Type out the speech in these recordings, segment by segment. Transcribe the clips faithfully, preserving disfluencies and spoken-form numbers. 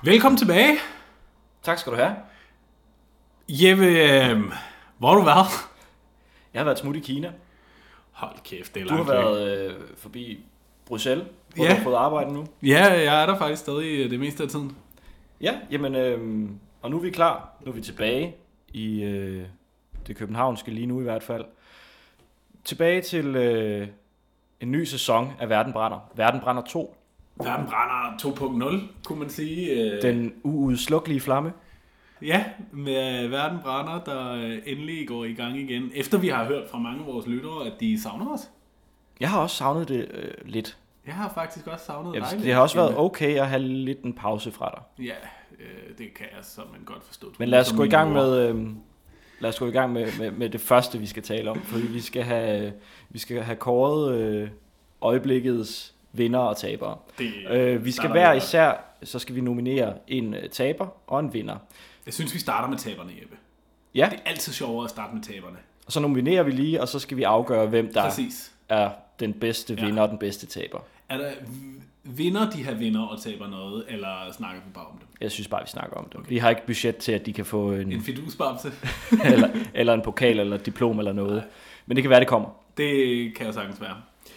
Velkommen tilbage. Tak skal du have. Jeppe, øh, hvor har du været? Jeg har været smut i Kina. Hold kæft, det er Du har langt væk. været øh, forbi Bruxelles, hvor Ja. du har fået arbejde nu. Ja, jeg er der faktisk stadig det meste af tiden. Ja, jamen, øh, og nu er vi klar. Nu er vi tilbage i øh, det københavnske, lige nu i hvert fald. Tilbage til øh, en ny sæson af Verden Brænder. Verden Brænder to. Verden brænder to punkt nul, kunne man sige. Øh, Den uudslukkelige flamme. Ja, med Verden brænder, der øh, endelig går i gang igen. Efter vi har hørt fra mange af vores lyttere, at de savner os. Jeg har også savnet det øh, lidt. Jeg har faktisk også savnet Ja, dig. det har også været okay at have lidt en pause fra dig. Ja, øh, det kan jeg sådan godt forstå. Men lad os Som gå i min gang mor. med øh, lad os gå i gang med, med, med det første vi skal tale om, fordi vi skal have vi skal have kåret øh, øjeblikkets vinder og tabere. Det Øh, vi skal starter hver vi godt. især så skal vi nominere en øh, taber og en vinder. Jeg synes, vi starter med taberne, Jeppe. Ja, Det er altid sjovere at starte med taberne. og så nominerer vi lige, og så skal vi afgøre hvem der Præcis. er den bedste Ja. vinder og den bedste taber. Er der vinder de her vinder og taber noget, eller snakker vi bare om dem? Jeg synes bare vi snakker om det. Okay. Vi har ikke budget til at de kan få en En fidusbamse? eller, eller en pokal eller et diplom eller noget. Nej. Men det kan være det kommer. Det kan jo sagtens være.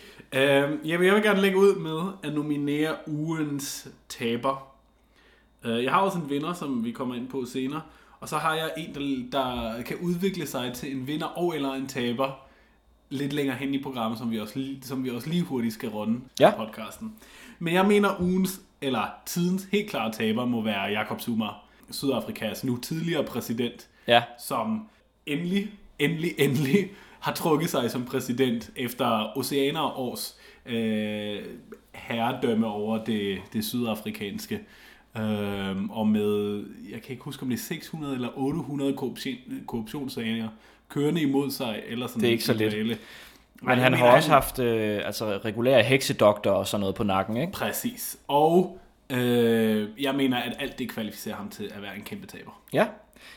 Uh, jeg, vil, jeg vil gerne lægge ud med at nominere ugens taber. Uh, jeg har også en vinder, som vi kommer ind på senere. Og så har jeg en, der, der kan udvikle sig til en vinder og eller en taber lidt længere hen i programmet, som vi også, li- som vi også lige hurtigt skal runde Ja. i podcasten. Men jeg mener ugens, eller tidens helt klare taber må være Jacob Zuma, Sydafrikas nu tidligere præsident, Ja, som endelig, endelig, endelig har trukket sig som præsident efter oceaner af års øh, herredømme over det, det sydafrikanske. Øh, og med, jeg kan ikke huske om det er seks hundrede eller otte hundrede korruption, korruptionssager kørende imod sig. Eller sådan det er ikke så lidt. lidt. men han har også haft øh, altså regulære heksedoktor og sådan noget på nakken, ikke? Præcis. Og øh, jeg mener, at alt det kvalificerer ham til at være en kæmpe taber. Ja.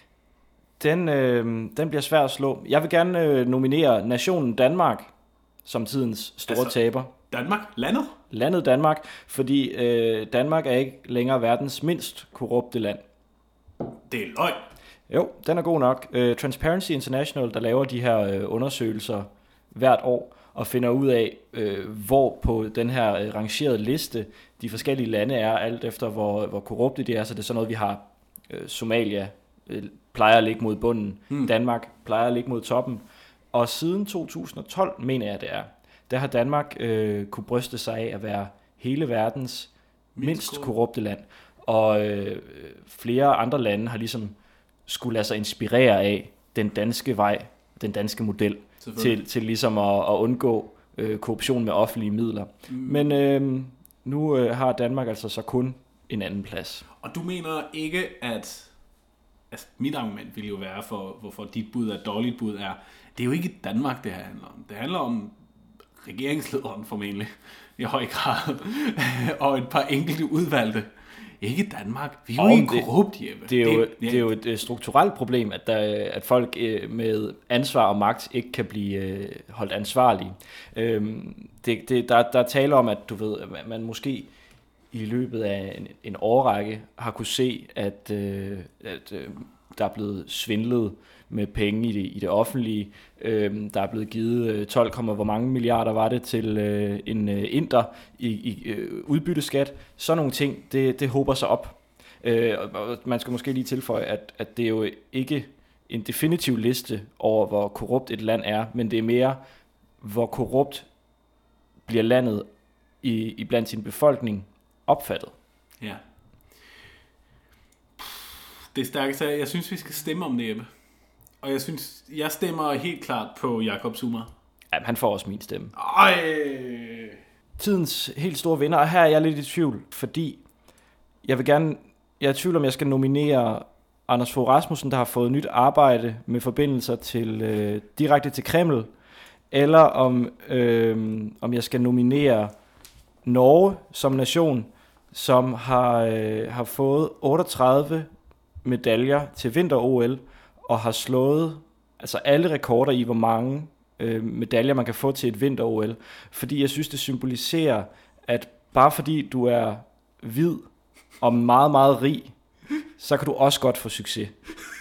Den, øh, den bliver svær at slå. Jeg vil gerne øh, nominere nationen Danmark som tidens store Altså- altså, taber. Danmark, landet? Landet Danmark, fordi øh, Danmark er ikke længere verdens mindst korrupte land. Det er løgn. Jo, den er god nok. Uh, Transparency International, der laver de her uh, undersøgelser hvert år, og finder ud af, uh, hvor på den her uh, rangerede liste de forskellige lande er, alt efter hvor, hvor korrupte de er. Så det er sådan noget, vi har. Uh, Somalia uh, plejer at ligge mod bunden. Hmm. Hmm. Danmark plejer at ligge mod toppen. Og siden to tusind og tolv, mener jeg det er, der har Danmark uh, kunne bryste sig af at være hele verdens Mindst mindst korrupte. korrupte land. Og øh, flere andre lande har ligesom skulle lade sig inspirere af den danske vej, den danske model, til, til ligesom at, at undgå øh, korruption med offentlige midler. Mm. Men øh, nu øh, har Danmark altså så kun en anden plads. Og du mener ikke, at... Altså, mit argument vil jo være, for hvorfor dit bud er et dårligt bud, er, det er jo ikke Danmark, det her handler om. Det handler om regeringslederen formentlig, i høj grad, og et par enkelte udvalgte. Ikke Danmark. Vi er jo Og ikke det- korrupt, Jeppe. Det er jo, det, det er jo et øh, strukturelt problem, at, der, at folk øh, med ansvar og magt ikke kan blive øh, holdt ansvarlige. Øhm, det, det, der, der er tale om, at du ved, at man- man måske i løbet af en, en årrække har kunne se, at, øh, at øh, der er blevet svindlet med penge i det, i det offentlige. Øhm, der er blevet givet øh, tolv, hvor mange milliarder var det til øh, en øh, inder i, i øh, udbytteskat. Sådan nogle ting, det, det håber sig op. Øh, og- og man skal måske lige tilføje, at, at det er jo ikke en definitiv liste over, hvor korrupt et land er, men det er mere, hvor korrupt bliver landet i, i blandt sin befolkning opfattet. Ja. Det er stærkt sag. Jeg synes, vi skal stemme om det, Jeppe. Og jeg synes, jeg stemmer helt klart på Jacob Zuma. Ja, han får også min stemme. Ej! Tidens helt store vinder, og her er jeg lidt i tvivl, fordi jeg vil gerne, jeg er i tvivl om, jeg skal nominere Anders Fogh Rasmussen, der har fået nyt arbejde med forbindelser til øh, direkte til Kreml, eller om, øh, om jeg skal nominere Norge som nation, som har, øh, har fået otteogtredive medaljer til vinter-O L, og har slået altså alle rekorder i, hvor mange øh, medaljer man kan få til et vinter-O L. Fordi jeg synes, det symboliserer, at bare fordi du er hvid og meget, meget rig, så kan du også godt få succes.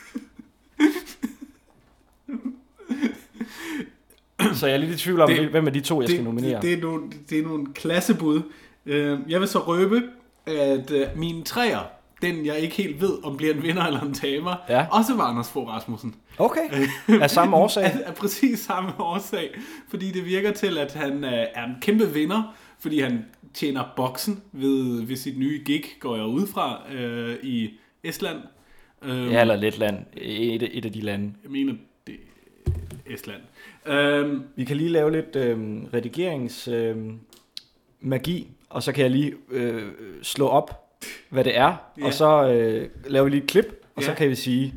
Så jeg er lidt i tvivl om, det, hvem af de to, jeg det, skal nominere. Det, det, er nogle, det er nogle klassebud. Jeg vil så røbe, at min træer, den jeg ikke helt ved, om bliver en vinder eller en taber, ja. Også var Anders Fogh Rasmussen. Okay, af samme årsag? af, af præcis samme årsag, fordi det virker til, at han er en kæmpe vinder, fordi han tjener boksen ved, ved sit nye gig, går jeg ud fra, øh, i Estland. Ja, eller Letland, et, et af de lande. Jeg mener, det er Estland. Um, Vi kan lige lave lidt øh, redigeringsmagi, øh, og så kan jeg lige øh, slå op, hvad det er, ja. Og så øh, laver vi lige et klip, og ja. Så kan vi sige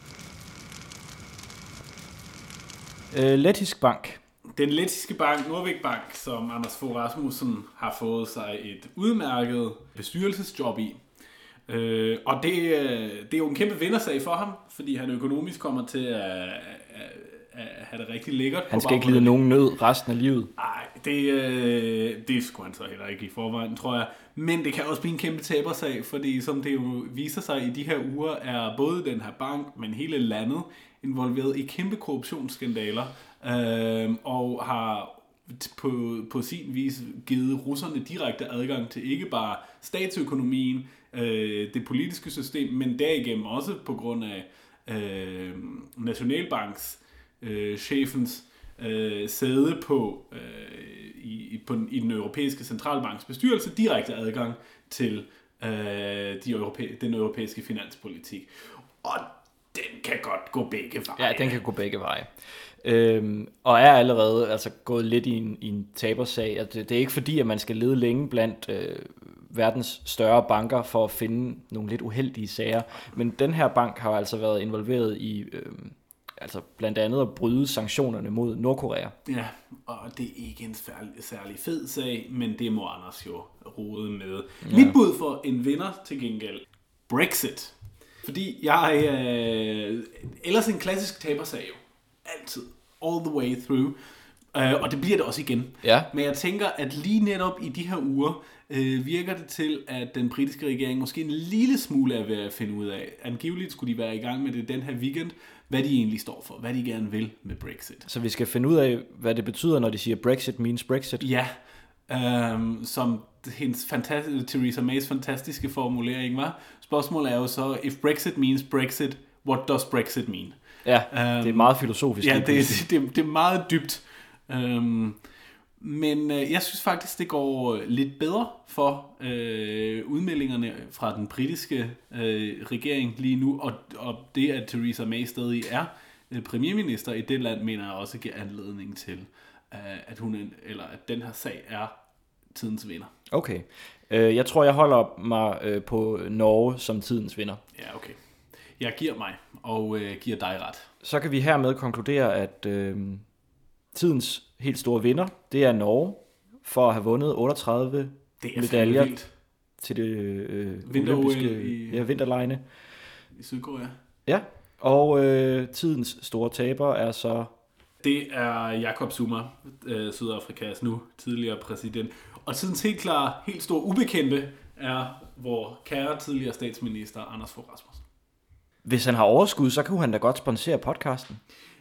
øh, Lettisk Bank. Den lettiske bank, Nordvæk Bank, som Anders Fogh Rasmussen har fået sig et udmærket bestyrelsesjob i. Øh, og det, det er jo en kæmpe vindersag for ham, fordi han økonomisk kommer til at, at, at have det rigtig lækkert. Han skal ikke lide nogen nød resten af livet. Nej, det, det skulle han så heller ikke i forvejen, tror jeg. Men det kan også blive en kæmpe tabersag, fordi som det jo viser sig i de her uger, er både den her bank, men hele landet involveret i kæmpe korruptionsskandaler, øh, og har på, på sin vis givet russerne direkte adgang til ikke bare statsøkonomien, øh, det politiske system, men derigennem også på grund af øh, Nationalbanks øh, chefens øh, sæde på, øh, i, på i den europæiske centralbanks bestyrelse, direkte adgang til øh, de europæ- den europæiske finanspolitik. Og den kan godt gå begge veje. Ja, den kan gå begge veje. Øhm, og er allerede altså, gået lidt i en, i en tabersag. Altså, det, det er ikke fordi, at man skal lede længe blandt øh, verdens større banker for at finde nogle lidt uheldige sager. Men den her bank har altså været involveret i øh, altså blandt andet at bryde sanktionerne mod Nordkorea. Ja, og det er ikke en særlig, særlig fed sag, men det må Anders jo rode med. Ja. Mit bud for en vinder til gengæld, Brexit. Fordi jeg er øh, ellers en klassisk tabersag jo. Altid. All the way through. Uh, og det bliver det også igen. Ja. Men jeg tænker, at lige netop i de her uger øh, virker det til, at den britiske regering måske en lille smule er ved at finde ud af. Angiveligt skulle de være i gang med det den her weekend, hvad de egentlig står for, hvad de gerne vil med Brexit. Så vi skal finde ud af, hvad det betyder, når de siger Brexit means Brexit? Ja, um, som hendes fantastiske, Theresa Mays fantastiske formulering var. Spørgsmålet er jo så, if Brexit means Brexit, what does Brexit mean? Ja, um, det er meget filosofisk. Ja, det, det, det, det er meget dybt. Um, men øh, jeg synes faktisk, det går lidt bedre for øh, udmeldingerne fra den britiske øh, regering lige nu, og, og det, at Theresa May stadig er øh, premierminister i det land, mener jeg også giver anledning til, øh, at hun eller at den her sag er tidens vinder. Okay. Øh, jeg tror, jeg holder mig øh, på Norge som tidens vinder. Ja, okay. Jeg giver mig, og øh, giver dig ret. Så kan vi hermed konkludere, at øh, tidens helt store vinder, det er Norge, for at have vundet otteogtredive medaljer til det øh, olympiske i, ja, vinterlegene i Sydkorea. Ja, og øh, tidens store taber er så... Det er Jacob Zuma, øh, Sydafrikas nu tidligere præsident. Og tidens helt klare, helt store ubekendte er vor kære tidligere statsminister Anders Fogh Rasmussen. Hvis han har overskud, så kan han da godt sponsere podcasten.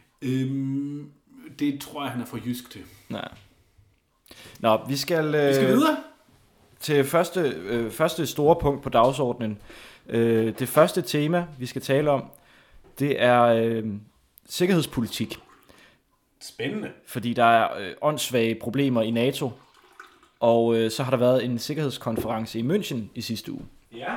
Øhm, det tror jeg, han er for jysk til. Nej. Nå, vi skal... Øh, vi skal videre. Til første, øh, første store punkt på dagsordenen. Øh, det første tema, vi skal tale om, det er øh, sikkerhedspolitik. Spændende. Fordi der er øh, åndssvage problemer i NATO, og øh, så har der været en sikkerhedskonference i München i sidste uge. Ja.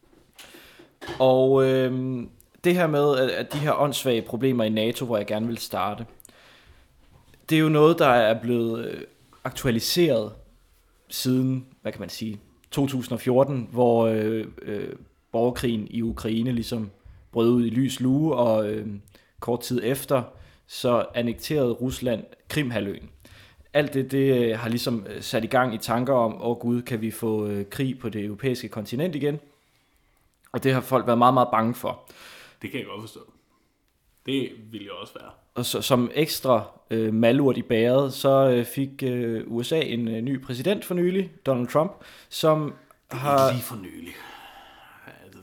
Og øh, det her med, at de her åndssvage problemer i NATO, hvor jeg gerne vil starte, det er jo noget, der er blevet øh, aktualiseret siden, hvad kan man sige, to tusind og fjorten, hvor øh, øh, borgerkrigen i Ukraine ligesom brød ud i lys lue, og øh, kort tid efter, så annekterede Rusland Krimhalvøen. Alt det, det har ligesom sat i gang i tanker om, åh oh, gud, kan vi få øh, krig på det europæiske kontinent igen? Og det har folk været meget, meget bange for. Det kan jeg godt forstå. Det vil jeg også være. Og så, som ekstra øh, malurt i bæret, så øh, fik øh, U S A en øh, ny præsident for nylig, Donald Trump, som det er har... lige for nylig.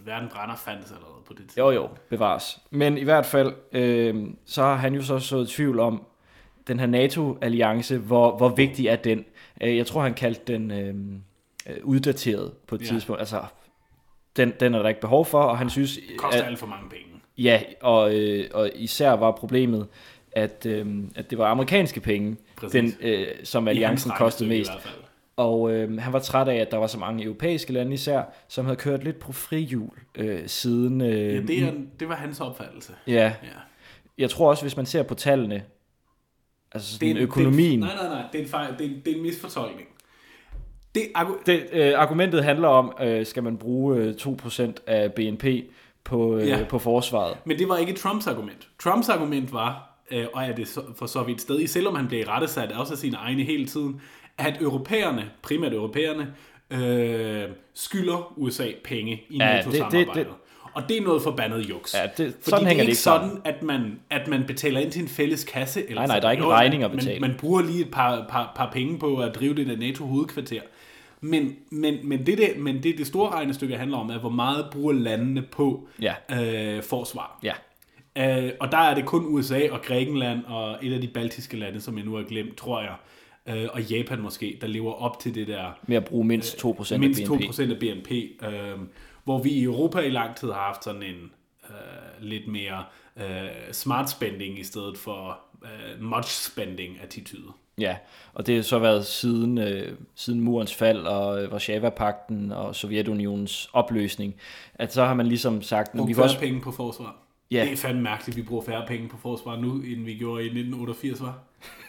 verden brænder fandtes allerede på det tidspunkt. Jo jo, bevares. Men i hvert fald, øh, så har han jo så sået tvivl om den her NATO-alliance, hvor, hvor vigtig er den. Jeg tror, han kaldte den øh, uddateret på et ja. tidspunkt. Altså, den, den er der ikke behov for, og han synes... Det koster alt for mange penge. Ja, og, øh, og især var problemet, at, øh, at det var amerikanske penge, den, øh, som alliancen kostede mest. Og øh, han var træt af, at der var så mange europæiske lande især, som havde kørt lidt på frihjul øh, siden... Øh, ja, det, er, det var hans opfattelse. Ja. ja. Jeg tror også, hvis man ser på tallene, altså sådan det er, økonomien... Det er, nej, nej, nej, det er en, fejl, det er, det er en misfortolkning. Det, argu- det, øh, argumentet handler om, øh, skal man bruge øh, to procent af B N P på, øh, ja. på forsvaret. Men det var ikke Trumps argument. Trumps argument var, øh, og er det for så vidt stadig, selvom han blev rettesat også af sine egne hele tiden, at europæerne, primært europæerne, øh, skylder U S A penge i ja, NATO-samarbejdet. Det, det, det. Og det er noget forbandet juks. Ja, det, Fordi sådan det er hænger ikke det ikke sådan, at man, at man betaler ind til en fælles kasse. Eller nej, nej, der er ikke en regning at betale. Man, man bruger lige et par, par, par penge på at drive det der NATO-hovedkvarter. Men, men, men, det, det, men det, det store regnestykke handler om, er, hvor meget bruger landene på ja. øh, forsvar. Ja. Øh, og der er det kun U S A og Grækenland og et af de baltiske lande, som jeg nu har glemt, tror jeg, øh, og Japan måske, der lever op til det der... Med at bruge mindst to procent mindst af B N P. to procent af B N P, øh, hvor vi i Europa i lang tid har haft sådan en øh, lidt mere øh, smart spending i stedet for øh, much spending attitude. Ja, og det har så været siden, øh, siden murens fald og øh, Warszava-pagten og Sovjetunionens opløsning, at så har man ligesom sagt... Brug vi færre også... penge på forsvar. Ja. Det er fandme mærkeligt, at vi bruger færre penge på forsvar nu, end vi gjorde i nitten otteogfirs, var.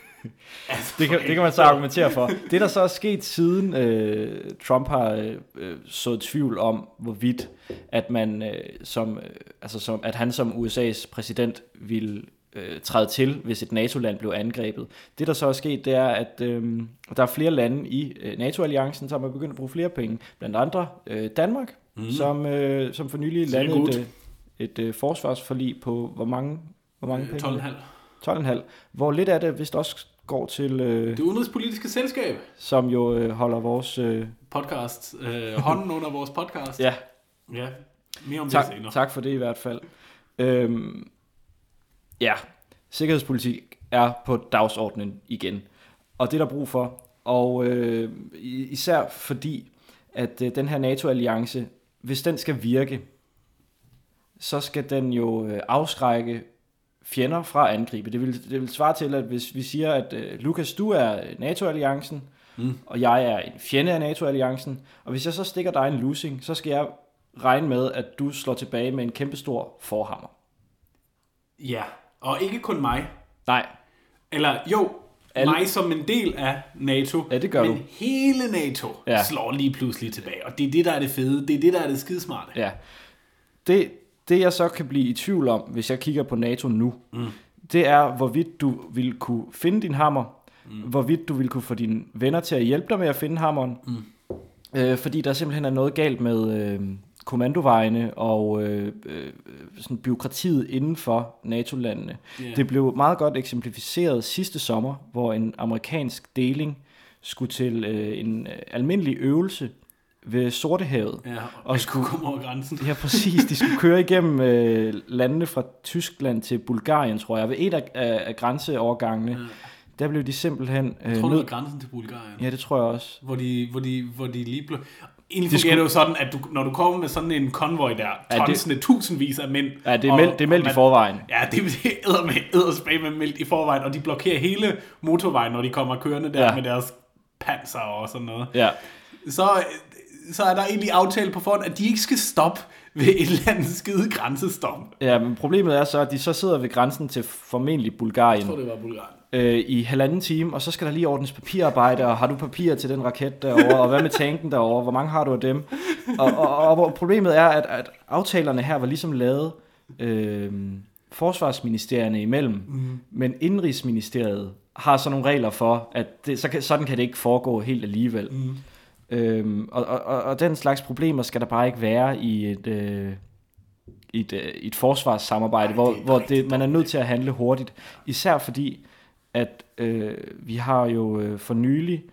Altså, det, kan, det kan man så argumentere for. Det, der så er sket siden øh, Trump har øh, sået tvivl om, hvorvidt at man øh, som, øh, altså som, at han som U S A's præsident ville øh, træde til, hvis et NATO-land blev angrebet. Det, der så er sket, det er, at øh, der er flere lande i øh, NATO-alliancen, som er begyndt at bruge flere penge. Blandt andre øh, Danmark, mm. som, øh, som for nylig landede et, et øh, forsvarsforlig på hvor mange, hvor mange penge? tolv komma fem. tolv komma fem. Hvor lidt af det vist også går til... Øh, det udenrigspolitiske selskab. Som jo øh, holder vores... Øh, podcast. Øh, hånden under vores podcast. Ja. Ja, mere om tak, det senere. Tak for det i hvert fald. Øhm, ja, sikkerhedspolitik er på dagsordenen igen. Og det er der brug for. Og øh, især fordi, at øh, den her NATO-alliance, hvis den skal virke, så skal den jo øh, afskrække fjender fra at angribe. Det vil, det vil svare til, at hvis vi siger, at uh, Lukas, du er NATO-alliancen, mm. og jeg er en fjende af NATO-alliancen, og hvis jeg så stikker dig en losing, så skal jeg regne med, at du slår tilbage med en kæmpestor forhammer. Ja, og ikke kun mig. Nej. Eller jo, Alle... mig som en del af NATO, ja, det gør men du. hele NATO ja. slår lige pludselig tilbage, og det er det, der er det fede, det er det, der er det skidesmarte. Ja, det... Det jeg så kan blive i tvivl om, hvis jeg kigger på NATO nu, mm. det er, hvorvidt du vil kunne finde din hammer, mm. hvorvidt du vil kunne få dine venner til at hjælpe dig med at finde hammeren, mm. øh, fordi der simpelthen er noget galt med øh, kommandovejene og øh, øh, sådan byråkratiet inden for NATO-landene. Yeah. Det blev meget godt eksemplificeret sidste sommer, hvor en amerikansk deling skulle til øh, en øh, almindelig øvelse ved Sortehavet. Ja, og skulle komme over grænsen. Ja, præcis. De skulle køre igennem øh, landene fra Tyskland til Bulgarien, tror jeg. Ved et af, af, af grænseovergangene, ja. der blev de simpelthen... Øh, jeg tror, det var grænsen til Bulgarien. Ja, det tror jeg også. Hvor de, hvor de, hvor de lige blev... Egentlig fungerer skulle... det jo sådan, at du, når du kommer med sådan en konvoj der, ja, tonsende, det... tusindvis af mænd... Ja, det er, meld, det er meldt man, i forvejen. Ja, det er med edderspray med meldt i forvejen, og de blokerer hele motorvejen, når de kommer kørende der ja. med deres panser og sådan noget. Ja. Så... så er der egentlig aftale på forhånd, at de ikke skal stoppe ved et eller andet skide grænsestop. Ja, men problemet er så, at de så sidder ved grænsen til formentlig Bulgarien. Jeg tror, det var Bulgarien. Øh, I halvanden time, og så skal der lige ordnes papirarbejde, og har du papir til den raket derovre, og hvad med tanken derovre, hvor mange har du af dem? Og, og, og, og problemet er, at, at aftalerne her var ligesom lavet øh, forsvarsministerierne imellem, mm. men Indenrigsministeriet har så nogle regler for, at det, så kan, sådan kan det ikke foregå helt alligevel. Mm. Øhm, og, og, og den slags problemer skal der bare ikke være i et, øh, et, øh, et forsvarssamarbejde, Ej, hvor, hvor det, man er nødt til at handle hurtigt. Især fordi, at øh, vi har jo øh, for nylig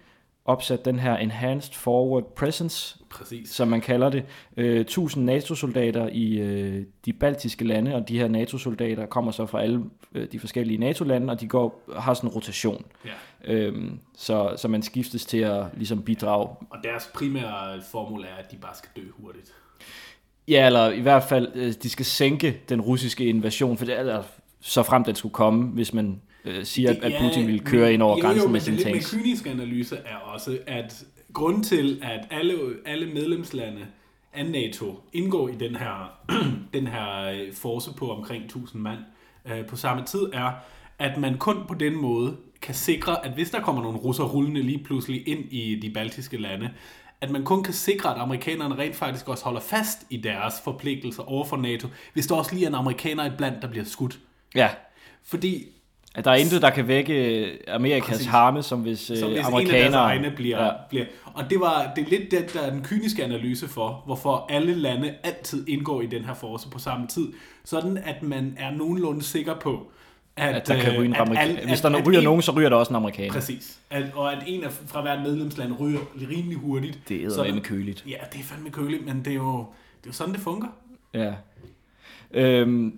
opsat den her Enhanced Forward Presence, Præcis. som man kalder det. Øh, tusind NATO-soldater i øh, de baltiske lande, og de her NATO-soldater kommer så fra alle øh, de forskellige NATO-lande, og de går, har sådan en rotation. Ja. Øhm, så, så man skiftes til at ligesom bidrage. Og deres primære formål er, at de bare skal dø hurtigt. Ja, eller i hvert fald, øh, de skal sænke den russiske invasion, for det er så frem den skulle komme, hvis man øh, siger, det, at ja, Putin ville køre ind over jo, grænsen jo, med sine tanks. Men den kyniske analyse er også, at grund til, at alle, alle medlemslande af NATO indgår i den her, den her force på omkring tusind mand øh, på samme tid, er, at man kun på den måde kan sikre, at hvis der kommer nogle russer rullende lige pludselig ind i de baltiske lande, at man kun kan sikre, at amerikanerne rent faktisk også holder fast i deres forpligtelser over for NATO, hvis der også lige er en amerikaner iblandt, der bliver skudt. Ja. Fordi at der er intet, der kan vække Amerikas Præcis. harme, som hvis, som hvis amerikanere... en af deres egne bliver, ja. bliver... Og det, var, det er lidt det, der er den kyniske analyse for, hvorfor alle lande altid indgår i den her force på samme tid, sådan at man er nogenlunde sikker på, at, at der kan ryge en at, amerikaner. at, Hvis der at, ryger at nogen, så ryger der også en amerikaner. Præcis. At, og at en af, fra hvert medlemsland ryger rimelig hurtigt. Det er eddermame køligt. Ja, det er fandme køligt, men det er jo, det er jo sådan, det fungerer. Ja. Øhm,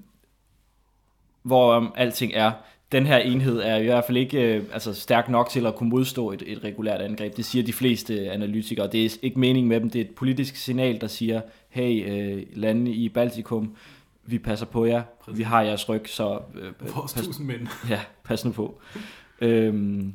hvor um, alting er... Den her enhed er i hvert fald ikke øh, altså stærk nok til at kunne modstå et, et regulært angreb. Det siger de fleste analytikere. Det er ikke meningen med dem. Det er et politisk signal, der siger, hey, øh, lande i Baltikum, vi passer på jer. Præcis. Vi har jeres ryg, så øh, Vores pas, tusind mænd. Ja, pas nu på. øhm,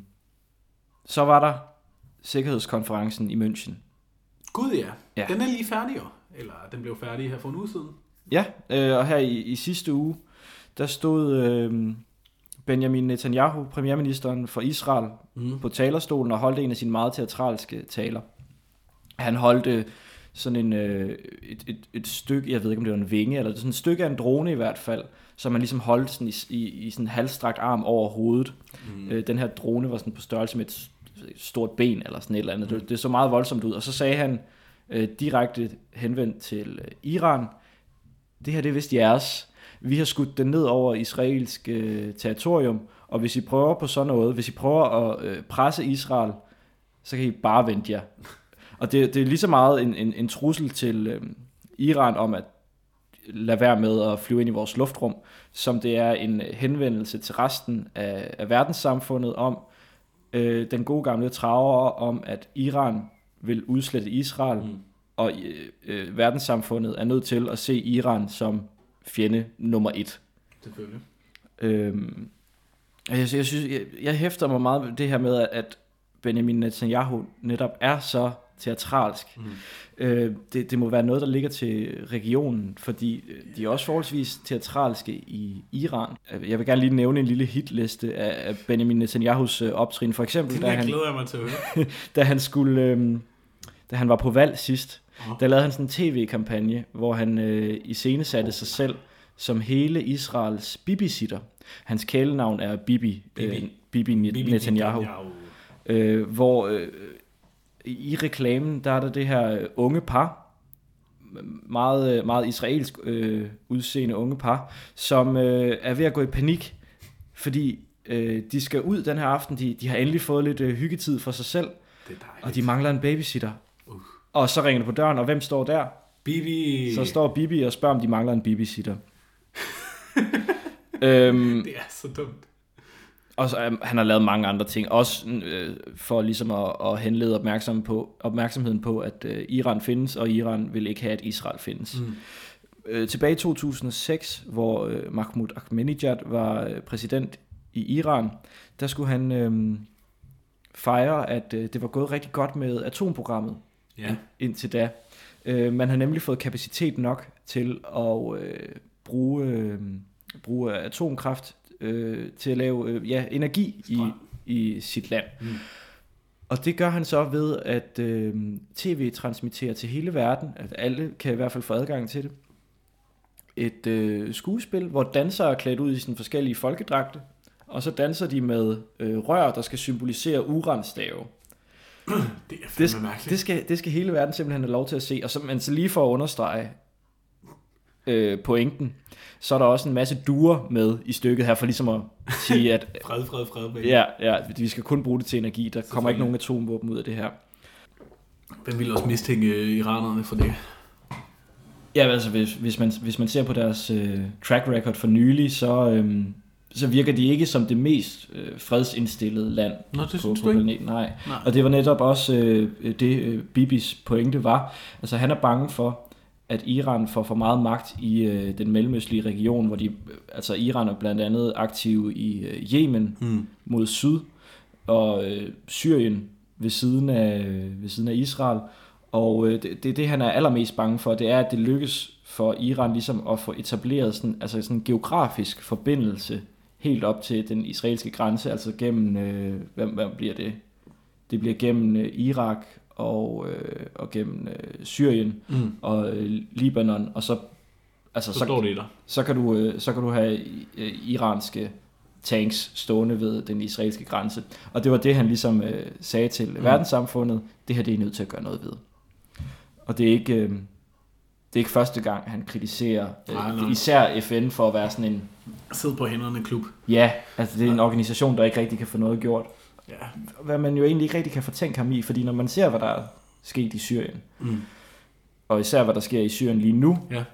så var der sikkerhedskonferencen i München. Gud ja. ja. Den er lige færdig jo. Eller den blev færdig her for en uge siden. Ja, øh, og her i, i sidste uge, der stod... Øh, Benjamin Netanyahu, premierministeren for Israel, mm. på talerstolen og holdt en af sine meget teatralske taler. Han holdt sådan en, et, et, et stykke, jeg ved ikke om det var en vinge, eller sådan et stykke af en drone i hvert fald, som man ligesom holdt sådan i, i, i sådan en halvstrakt arm over hovedet. Mm. Den her drone var sådan på størrelse med et stort ben eller sådan et eller andet. Mm. Det, det så meget voldsomt ud. Og så sagde han øh, direkte henvendt til Iran, det her det er vist jeres. Vi har skudt den ned over israelsk øh, territorium, og hvis I prøver på sådan noget, hvis I prøver at øh, presse Israel, så kan I bare vente jer. Og det, det er lige så meget en, en, en trussel til øh, Iran om at lade være med at flyve ind i vores luftrum, som det er en henvendelse til resten af, af verdenssamfundet om øh, den gode gamle traver om, at Iran vil udslette Israel, mm. og øh, øh, verdenssamfundet er nødt til at se Iran som fjende nummer et. Selvfølgelig. Øhm, jeg, jeg, synes, jeg, jeg hæfter mig meget ved det her med, at Benjamin Netanyahu netop er så teatralsk. Mm. Øh, det, det må være noget, der ligger til regionen, fordi de er også forholdsvis teatralske i Iran. Jeg vil gerne lige nævne en lille hitliste af, af Benjamin Netanyahus øh, optrin. For eksempel, det da han, glæder jeg mig til at høre. da han skulle, øh, da han var på valg sidst, der lavede han sådan en tv-kampagne, hvor han øh, iscenesatte sig selv som hele Israels Bibi-sitter. Hans kælenavn er Bibi, Bibi, øh, Bibi, Bibi Netanyahu. Netanyahu. Øh, hvor øh, i reklamen, der er der det her øh, unge par, meget, meget israelsk øh, udseende unge par, som øh, er ved at gå i panik, fordi øh, de skal ud den her aften. De, de har endelig fået lidt øh, hyggetid for sig selv, og de mangler en babysitter. Uh. Og så ringer det på døren, og hvem står der? Bibi. Så står Bibi og spørger, om de mangler en babysitter. øhm, det er så dumt. Og så, um, han har lavet mange andre ting, også øh, for ligesom at, at henlede opmærksom på, opmærksomheden på, at øh, Iran findes, og Iran vil ikke have, at Israel findes. Mm. Øh, tilbage i to tusind og seks, hvor øh, Mahmoud Ahmadinejad var øh, præsident i Iran, der skulle han øh, fejre, at øh, det var gået rigtig godt med atomprogrammet. Yeah. Indtil da. Øh, man har nemlig fået kapacitet nok til at øh, bruge, øh, bruge atomkraft øh, til at lave øh, ja, energi i, i sit land. Mm. Og det gør han så ved at øh, tv-transmittere til hele verden, at alle kan i hvert fald få adgang til det. Et øh, skuespil, hvor dansere er klædt ud i sådan forskellige folkedragte, og så danser de med øh, rør, der skal symbolisere uranstave. Det er det, det, skal, det skal hele verden simpelthen have lov til at se. Og så, men så lige for at understrege, øh, pointen, så er der også en masse duer med i stykket her, for ligesom at sige, at fred, fred, fred. Baby. Ja, ja, vi skal kun bruge det til energi. Der kommer ikke nogen atomvåben ud af det her. Hvem vil også mistænke iranerne for det? Ja, altså hvis, hvis, man, hvis man ser på deres øh, track record for nylig, så, øh, så virker de ikke som det mest øh, fredsindstillede land Nå, det på, på planeten. Nej. Nej. Og det var netop også øh, det, øh, Bibis pointe var. Altså han er bange for, at Iran får for meget magt i øh, den mellemøstlige region, hvor de, altså Iran er blandt andet aktive i øh, Yemen hmm. mod syd, og øh, Syrien ved siden af, ved siden af Israel. Og øh, det, det, det, han er allermest bange for, det er, at det lykkes for Iran ligesom at få etableret sådan, altså sådan en geografisk forbindelse helt op til den israelske grænse, altså gennem, øh, hvad, hvad bliver det? Det bliver gennem øh, Irak og, øh, og gennem øh, Syrien mm. og øh, Libanon, og så, altså, så, så, så, kan du, øh, så kan du have øh, iranske tanks stående ved den israelske grænse. Og det var det, han ligesom øh, sagde til mm. verdenssamfundet, det her det er I nødt til at gøre noget ved. Og det er ikke, øh, det er ikke første gang, han kritiserer øh, nej, nej. især F N for at være sådan en... Sid på hænderne klub. Ja, altså det er en organisation, der ikke rigtig kan få noget gjort. Ja. Hvad man jo egentlig ikke rigtig kan fortænke ham i, fordi når man ser, hvad der er sket i Syrien, mm. og især hvad der sker i Syrien lige nu, ja.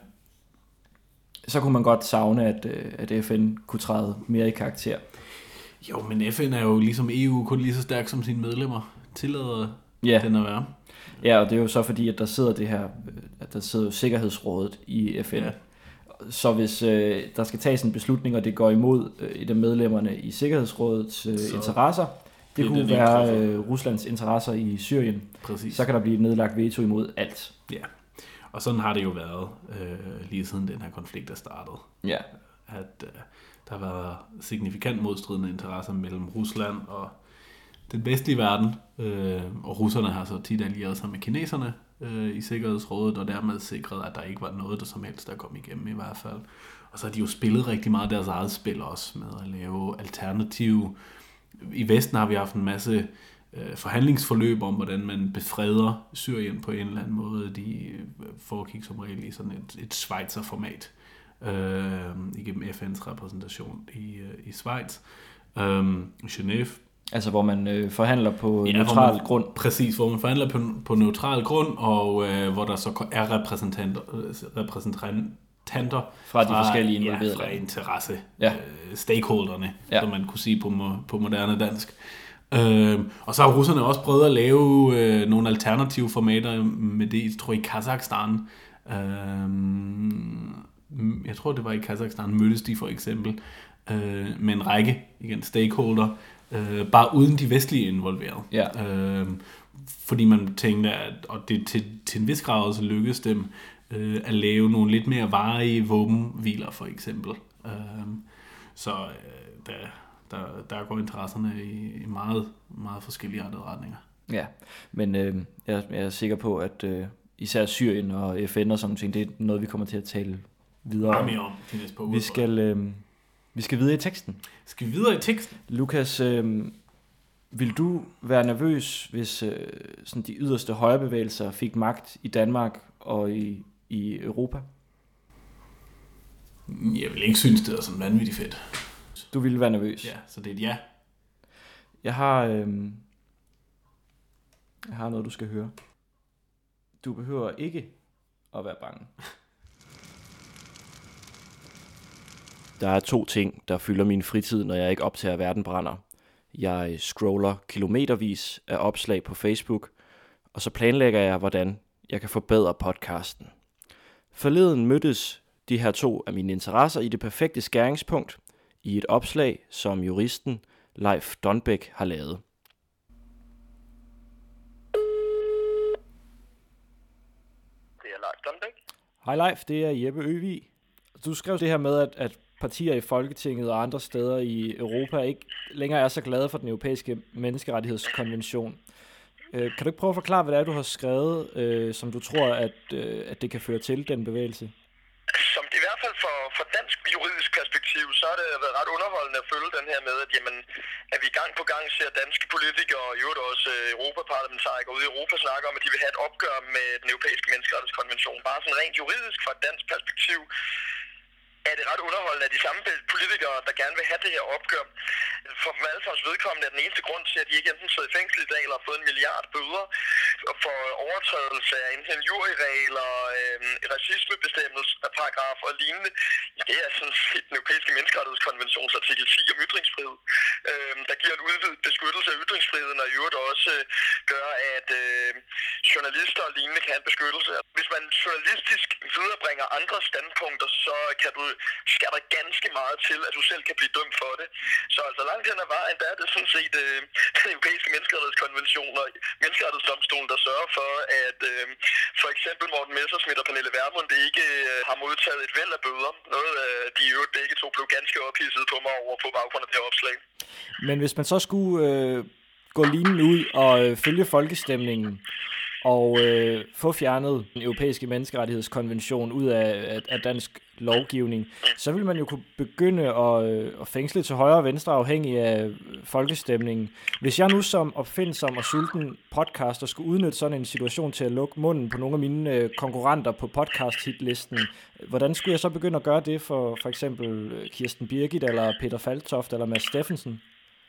så kunne man godt savne, at, at F N kunne træde mere i karakter. Jo, men F N er jo ligesom E U kun lige så stærk som sine medlemmer. Tillader ja. den at være. Ja, og det er jo så fordi, at der sidder det her, at der sidder Sikkerhedsrådet i F N. Ja. Så hvis øh, der skal tages en beslutning, og det går imod øh, de medlemmerne i Sikkerhedsrådets øh, interesser, det, det kunne det, være øh, Ruslands interesser i Syrien, præcis. Så kan der blive et nedlagt veto imod alt. Ja, og sådan har det jo været øh, lige siden den her konflikt er startet. Ja. At øh, der har været signifikant modstridende interesser mellem Rusland og den vestlige verden, øh, og russerne har så tit allieret sig med kineserne øh, i Sikkerhedsrådet, og dermed sikret, at der ikke var noget, der som helst der kom igennem i hvert fald. Og så har de jo spillet rigtig meget deres eget spil også med at lave alternative. I Vesten har vi haft en masse øh, forhandlingsforløb om, hvordan man befreder Syrien på en eller anden måde. De foregik som regel i sådan et, et Schweizer-format øh, igennem F N's repræsentation i, øh, i Schweiz, øh, i Genève. Altså hvor man øh, forhandler på ja, neutral man, grund. Præcis, hvor man forhandler på, på neutral grund, og øh, hvor der så er repræsentanter, repræsentanter fra de fra, forskellige involverede ja, fra interesse, ja. øh, stakeholderne, ja. som man kunne sige på, på moderne dansk. Øh, og så har russerne også prøvet at lave øh, nogle alternative formater med det, jeg tror i Kazakhstan. Øh, jeg tror det var i Kazakhstan, mødtes de for eksempel øh, med en række igen, stakeholder, Øh, bare uden de vestlige involveret. Ja. Øh, fordi man tænkte, at og det til, til en vis grad også lykkedes dem øh, at lave nogle lidt mere varige våbenhviler, for eksempel. Øh, så øh, der, der, der går interesserne i, i meget, meget forskellige retninger. Ja, men øh, jeg, jeg er sikker på, at øh, især Syrien og F N og sådan ting, det er noget, vi kommer til at tale videre om. Mere om til næste par uger. Vi skal... Øh, Vi skal videre i teksten. Skal vi videre i teksten? Lukas, øh, vil du være nervøs, hvis øh, sådan de yderste højrebevægelser fik magt i Danmark og i, i Europa? Jeg vil ikke synes, det er sådan vanvittigt fedt. Du ville være nervøs? Ja, så det er et ja. Jeg har, øh, jeg har noget, du skal høre. Du behøver ikke at være bange. Der er to ting, der fylder min fritid, når jeg ikke optager Verden brænder. Jeg scroller kilometervis af opslag på Facebook, og så planlægger jeg, hvordan jeg kan forbedre podcasten. Forleden mødtes de her to af mine interesser i det perfekte skæringspunkt i et opslag, som juristen Leif Donbæk har lavet. Det er Leif Donbæk. Hej Leif, det er Jeppe Øvig. Du skrev det her med, at, at partier i Folketinget og andre steder i Europa ikke længere er så glade for den europæiske menneskerettighedskonvention. Øh, kan du ikke prøve at forklare, hvad det er, du har skrevet, øh, som du tror, at, øh, at det kan føre til, den bevægelse? Som det i hvert fald for, for dansk juridisk perspektiv perspektiv, så har det været ret underholdende at følge den her med, at, jamen, at vi gang på gang ser danske politikere og i øvrigt også europaparlamentarikere ude i Europa snakke om, at de vil have et opgør med den europæiske menneskerettighedskonvention. Bare sådan rent juridisk fra et dansk perspektiv er det ret underholdende, at de samme politikere, der gerne vil have det her opgør, for dem alle sammen vedkommende er den eneste grund til, at de ikke enten sidder i fængsel i dag, eller har fået en milliard bøder for overtrædelse af enten injurieregler, øh, racismebestemmelsesparagraf og lignende. Det er sådan set den europæiske menneskerettighedskonventions artikel ti om ytringsfrihed, øh, der giver en udvidet beskyttelse af ytringsfriheden, og i øvrigt også gør, at øh, journalister og lignende kan have en beskyttelse. Hvis man journalistisk viderebringer andre standpunkter, så kan du skal der ganske meget til, at du selv kan blive dømt for det. Så altså langt hen ad vejen, der er det sådan set øh, den europæiske menneskerettighedskonvention og menneskerettighedsdomstolen, der sørger for, at øh, for eksempel Morten Messerschmidt og Pernille Vermund ikke øh, har modtaget et væld af bøder. Noget øh, de jo begge to blev ganske ophidset på mig over på baggrund af det opslag. Men hvis man så skulle øh, gå linjen ud og øh, følge folkestemningen, og øh, få fjernet den europæiske menneskerettighedskonvention ud af, af, af dansk lovgivning, så vil man jo kunne begynde at, øh, at fængsle til højre og venstre afhængig af folkestemningen. Hvis jeg nu som opfindsom og sulten podcaster skulle udnytte sådan en situation til at lukke munden på nogle af mine øh, konkurrenter på podcast-hitlisten, hvordan skulle jeg så begynde at gøre det for for eksempel Kirsten Birgit, eller Peter Falktoft, eller Mads Steffensen?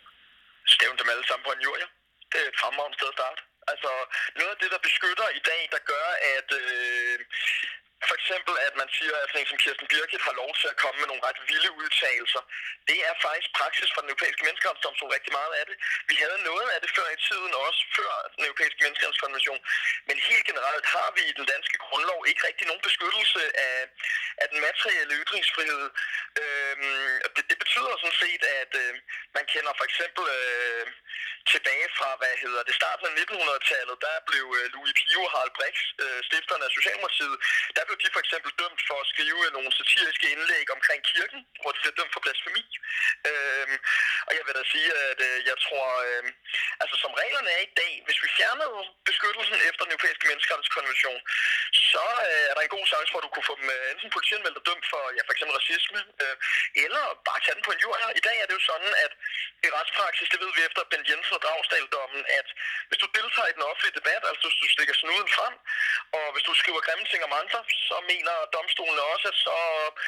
Stævn dem alle sammen på en jord, ja. Det er et fremragende sted at starte. Altså, noget af det, der beskytter i dag, der gør, at øh, for eksempel, at man siger, at sådan som Kirsten Birgit har lov til at komme med nogle ret vilde udtalelser, det er faktisk praksis fra den europæiske menneskerettighedsdomstol rigtig meget af det. Vi havde noget af det før i tiden, også før den europæiske menneskerettighedskonvention, men helt generelt har vi i den danske grundlov ikke rigtig nogen beskyttelse af, af den materielle ytringsfrihed. Øhm, det, det betyder sådan set, at øh, man kender for eksempel øh, tilbage fra, hvad hedder det, starten af nitten hundrede-tallet, der blev øh, Louis Pio og Harald Brix, øh, stifterne af Socialdemokratiet, der blev de for eksempel dømt for at skrive nogle satiriske indlæg omkring kirken, hvor de blev dømt for blasfemi. Øhm, og jeg vil da sige, at øh, jeg tror, øh, altså som reglerne er i dag, hvis vi fjernede beskyttelsen efter den europæiske menneskerettighedskonvention, så øh, er der en god chance for, at du kunne få dem øh, enten politianmeldt og dømt for ja, for eksempel racisme, øh, eller bare tage den på en jord. I dag er det jo sådan, at i retspraksis, det ved vi efter Bent Jensen og Dragsdahl-dommen, at hvis du deltager i den offentlige debat, altså hvis du stikker snuden frem, og hvis du skriver grimme ting om andre, så mener domstolen også, at så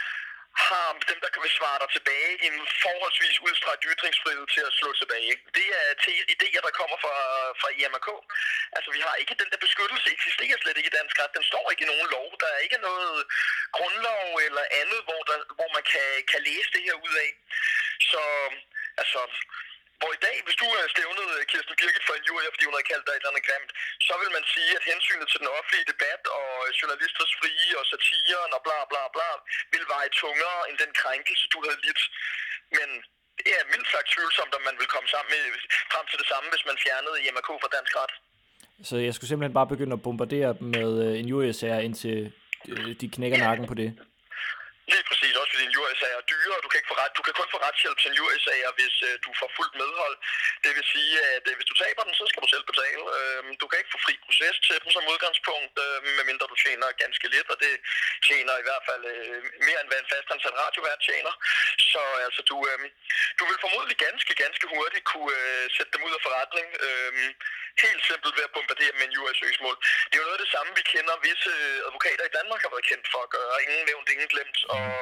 har dem, der kan svare dig tilbage, en forholdsvis udstrakt ytringsfrihed til at slå tilbage. Det er idéer, der kommer fra, fra I M R K. Altså, vi har ikke den der beskyttelse, eksisterer slet ikke i dansk ret. Den står ikke i nogen lov. Der er ikke noget grundlov eller andet, hvor, der, hvor man kan, kan læse det her ud af. Så, altså... Hvor i dag, hvis du er stævnet Kirsten Birgit for en jury, fordi hun har kaldt dig et eller andet grimt, så vil man sige, at hensynet til den offentlige debat og journalisters frie og satiren og bla bla bla, vil veje tungere end den krænkelse, du havde lidt. Men det er mildt sagt tvivlsomt, om man vil komme sammen med, frem til det samme, hvis man fjernede I M R K fra dansk ret. Så jeg skulle simpelthen bare begynde at bombardere dem med en jurysager, indtil de knækker nakken på det? Lige præcis, også fordi en jurysag er dyre, og du kan, ikke få ret, du kan kun få retshjælp til en jurisager, hvis øh, du får fuldt medhold. Det vil sige, at øh, hvis du taber den, så skal du selv betale. Øh, du kan ikke få fri proces til dem som udgangspunkt, øh, medmindre du tjener ganske lidt, og det tjener i hvert fald øh, mere end hvad en fastansat radiovært tjener. Så altså, du, øh, du vil formodentlig ganske, ganske hurtigt kunne øh, sætte dem ud af forretning. Øh, helt simpelt ved at bombardere med en jurysøgsmål. Det er jo noget af det samme, vi kender, visse advokater i Danmark har været kendt for at gøre. Ingen nævnt, ingen glemt. Og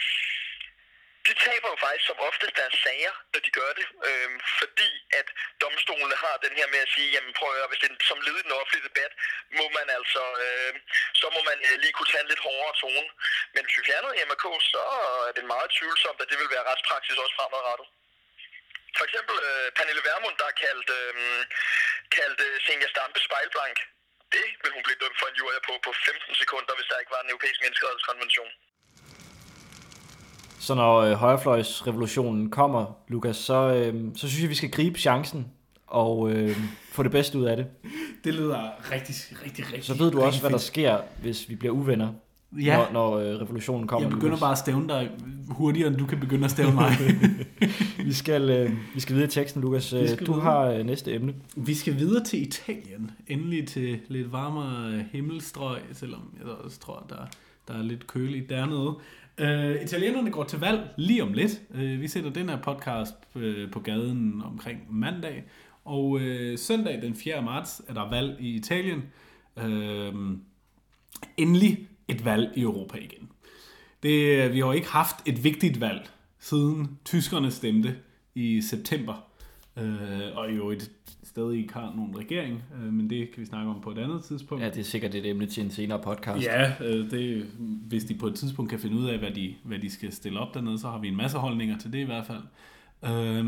de taber jo faktisk som oftest deres sager, når de gør det, øh, fordi at domstolene har den her med at sige, jamen prøv at høre, hvis det er som led i den offentlige debat, må man altså, øh, så må man øh, lige kunne tage en lidt hårdere tone. Men hvis vi fjerner I M R K, så er det meget tvivlsomt, at det vil være retspraksis også fremadrettet. For eksempel øh, Pernille Vermund, der er kaldt, øh, kaldt øh, Zenia Stampe spejlblank. Det vil hun blive dømt for en jury på på femten sekunder, hvis der ikke var en europæisk menneskerettighedskonvention. Så når øh, højrefløjsrevolutionen kommer, Lukas, så, øh, så synes jeg, vi skal gribe chancen og øh, få det bedste ud af det. Det lyder rigtig, rigtig, rigtig. Så ved du også, hvad der sker, hvis vi bliver uvenner, ja. når, når øh, revolutionen kommer. Jeg begynder Lukas. bare at stævne dig hurtigere, end du kan begynde at stævne mig. vi, skal, øh, vi skal videre i teksten, Lukas. Du videre. har øh, næste emne. Vi skal videre til Italien. Endelig til lidt varmere himmelstrøg, selvom jeg også tror, der, der er lidt køligt dernede. Uh, italienerne går til valg lige om lidt. Uh, vi sætter den her podcast uh, på gaden omkring mandag. Og uh, søndag den fjerde marts er der valg i Italien. Uh, endelig et valg i Europa igen. Det, vi har ikke haft et vigtigt valg, siden tyskerne stemte i september. Uh, og jo et stadig ikke har nogen regering, uh, men det kan vi snakke om på et andet tidspunkt. Ja, det er sikkert et emne til en senere podcast. Ja, uh, det, hvis de på et tidspunkt kan finde ud af, hvad de, hvad de skal stille op dernede, så har vi en masse holdninger til det i hvert fald. Uh,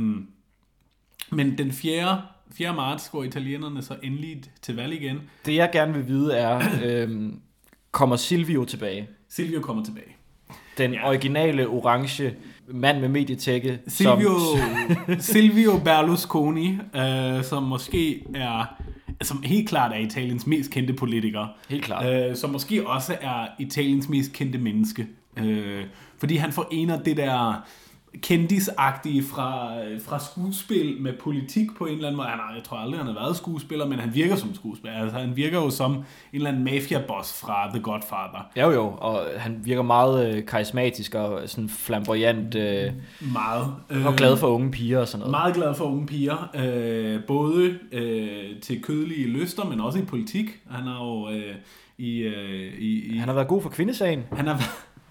men den fjerde marts går italienerne så endelig til valg igen. Det jeg gerne vil vide er, øh, kommer Silvio tilbage? Silvio kommer tilbage. Den ja. originale orange mand med medietække. Silvio, som... Silvio Berlusconi, øh, som måske er, som helt klart er Italiens mest kendte politiker. Helt klart. Øh, som måske også er Italiens mest kendte menneske. Øh, fordi han forener det der kendisagtige fra, fra skuespil med politik på en eller anden måde. Han har, jeg tror aldrig, han har været skuespiller, men han virker som skuespiller. Altså, han virker jo som en eller anden mafia-boss fra The Godfather. Jo jo, og han virker meget øh, karismatisk og sådan flamboyant. Øh, meget. Øh, og glad for unge piger og sådan noget. Meget glad for unge piger. Øh, både øh, til kødelige lyster, men også i politik. Han har jo øh, i, øh, i, i... Han har været god for kvindesagen. Han har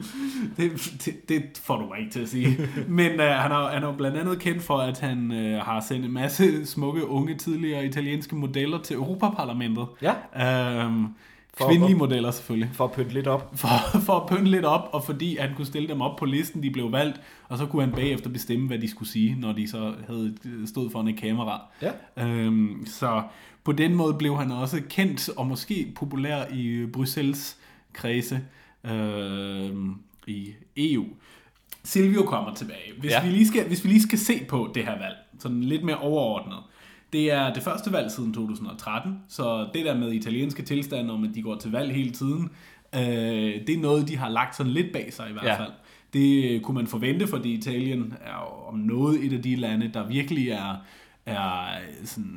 Det, det, det får du mig ikke til at sige. Men uh, han er han er jo blandt andet kendt for, at han uh, har sendt en masse smukke, unge, tidligere italienske modeller til Europaparlamentet. Ja. Um, kvindelige modeller selvfølgelig. For at pynte lidt op. For, for at pynte lidt op, og fordi han kunne stille dem op på listen, de blev valgt, og så kunne han bagefter bestemme, hvad de skulle sige, når de så havde stået foran et kamera. Ja. Um, så på den måde blev han også kendt, og måske populær i Bruxelles kredse. Øh, i E U. Silvio kommer tilbage. Hvis, ja. vi lige skal, hvis vi lige skal se på det her valg, sådan lidt mere overordnet. Det er det første valg siden to tusind og tretten, så det der med italienske tilstande om, at de går til valg hele tiden, øh, det er noget, de har lagt sådan lidt bag sig i hvert fald. Ja. Det kunne man forvente, fordi Italien er jo om noget et af de lande, der virkelig er, er sådan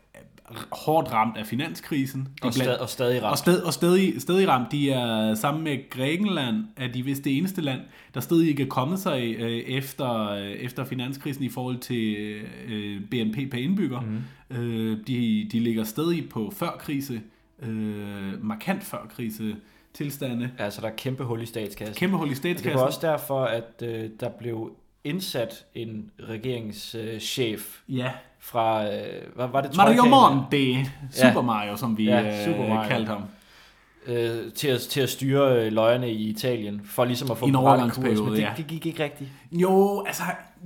hårdt ramt af finanskrisen. Og, stad, og stadig ramt. Og, stad, og stadig, stadig ramt. De er sammen med Grækenland, er de vist det eneste land, der stadig ikke er kommet sig øh, efter, øh, efter finanskrisen i forhold til øh, B N P per indbygger. Mm. Øh, de, de ligger stadig på førkrise, øh, markant førkrise tilstande. Altså der er kæmpe hul i statskassen. Kæmpe hul i statskassen. Det var også derfor, at øh, der blev indsat en regeringschef. Øh, ja. Fra, øh, hvad var det? Mario Monti, Super Mario, som vi ja, Super Mario. øh, kaldte ham. Øh, til, at, til at styre løjerne i Italien, for ligesom at få en overgangsperiode, men det, ja. det gik ikke rigtigt. Jo, altså,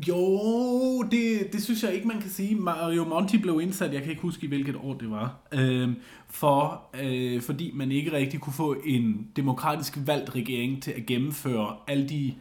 jo, det, det synes jeg ikke, man kan sige. Mario Monti blev indsat, jeg kan ikke huske, i hvilket år det var, øh, for, øh, fordi man ikke rigtig kunne få en demokratisk valgt regering til at gennemføre alle de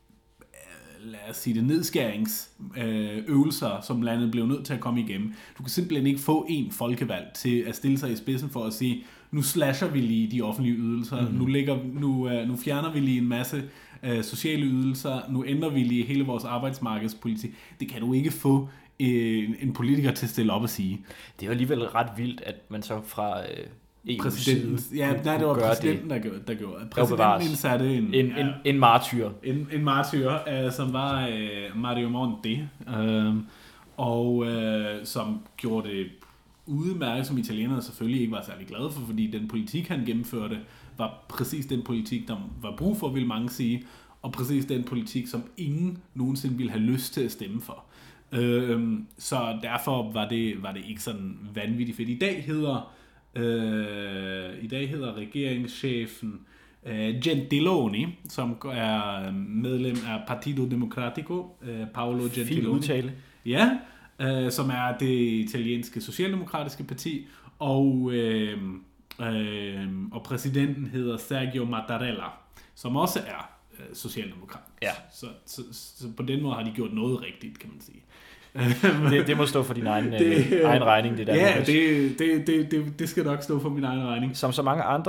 lad os sige det, nedskæringsøvelser, som landet blev nødt til at komme igennem. Du kan simpelthen ikke få en folkevalg til at stille sig i spidsen for at sige, nu slasher vi lige de offentlige ydelser, mm. nu, lægger, nu, uh, nu fjerner vi lige en masse uh, sociale ydelser, nu ændrer vi lige hele vores arbejdsmarkedspolitik. Det kan du ikke få en, en politiker til at stille op og sige. Det er jo alligevel ret vildt, at man så fra Uh E U's præsidenten, side, ja, nej, det var præsidenten, der gjorde, der gjorde. Præsidenten indsatte en, en, ja, en, en martyr. En, en martyr, uh, som var uh, Mario Monti, uh, og uh, som gjorde det udmærket, som italienerne selvfølgelig ikke var særlig glade for, fordi den politik, han gennemførte, var præcis den politik, der var brug for, vil mange sige, og præcis den politik, som ingen nogensinde ville have lyst til at stemme for. Uh, så derfor var det, var det ikke sådan vanvittigt fedt. I dag hedder Uh, I dag hedder regeringschefen uh, Gentiloni, som er medlem af Partito Democratico, uh, Paolo Gentiloni. Fin udtale. Ja, uh, som er det italienske socialdemokratiske parti, og, uh, uh, og præsidenten hedder Sergio Mattarella, som også er uh, socialdemokrat. Ja. Så, så, så, så på den måde har de gjort noget rigtigt, kan man sige. det, det må stå for din egen, det, øh, egen regning, det der. Ja, det, det, det, det, det skal nok stå for min egen regning. Som så mange andre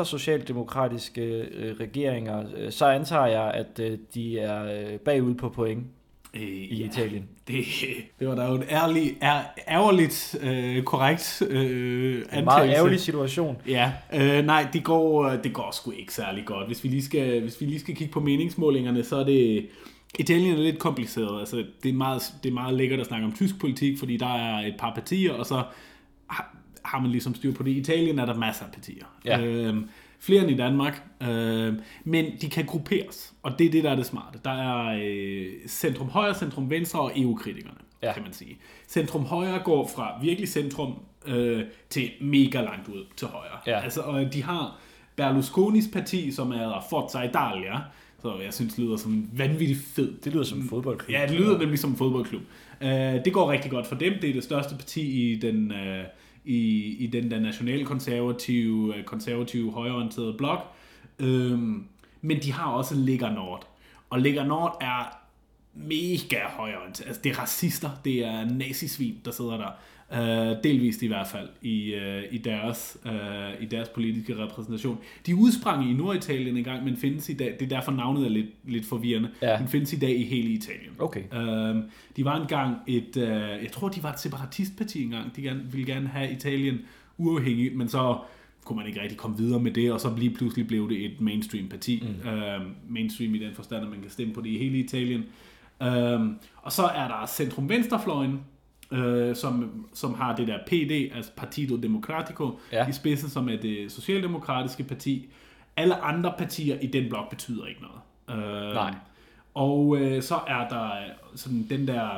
socialdemokratiske øh, regeringer, øh, så antager jeg, at øh, de er øh, bagud på point. øh, i ja, Italien. Det, det var da jo en ærlig, ær, ærgerligt øh, korrekt øh, antagelse. En meget ærgerlig situation. Ja, øh, nej, det går, det går sgu ikke særlig godt. Hvis vi lige skal, hvis vi lige skal kigge på meningsmålingerne, så er det... Italien er lidt kompliceret. Altså, det, er meget, det er meget lækkert at snakke om tysk politik, fordi der er et par partier, og så har, har man ligesom styr på det. I Italien er der masser af partier. Ja. Øh, flere end i Danmark. Øh, men de kan grupperes, og det er det, der er det smarte. Der er øh, centrum højre, centrum venstre og E U-kritikerne, ja. kan man sige. Centrum højre går fra virkelig centrum øh, til mega langt ud til højre. Ja. Altså, og de har Berlusconis parti, som er Forza Italia, så jeg synes, det lyder som en vanvittig fed. Det lyder som en fodboldklub. Ja, det lyder nemlig som en fodboldklub. Uh, det går rigtig godt for dem. Det er det største parti i den, uh, i, i den der nationalkonservative, konservative, højreorienterede blok. Uh, men de har også Lega Nord. Og Lega Nord er mega højreorienteret. Altså, det er racister. Det er nazisvin, der sidder der. Uh, delvist i hvert fald i, uh, i, deres, uh, i deres politiske repræsentation. De udsprang i Norditalien engang, men findes i dag, det er derfor navnet er lidt, lidt forvirrende, ja. men findes i dag i hele Italien. Okay. Uh, de var engang et, uh, jeg tror de var et separatistparti engang, de gerne, ville gerne have Italien uafhængigt, men så kunne man ikke rigtig komme videre med det, og så lige pludselig blev det et mainstream parti. Mm. Uh, mainstream i den forstand, at man kan stemme på det i hele Italien. Uh, og så er der centrum-venstrefløjen, Uh, som, som har det der P D, altså Partido Democratico, ja. i spidsen, som er det socialdemokratiske parti. Alle andre partier i den blok betyder ikke noget. Uh, Nej. Og uh, så er der sådan den der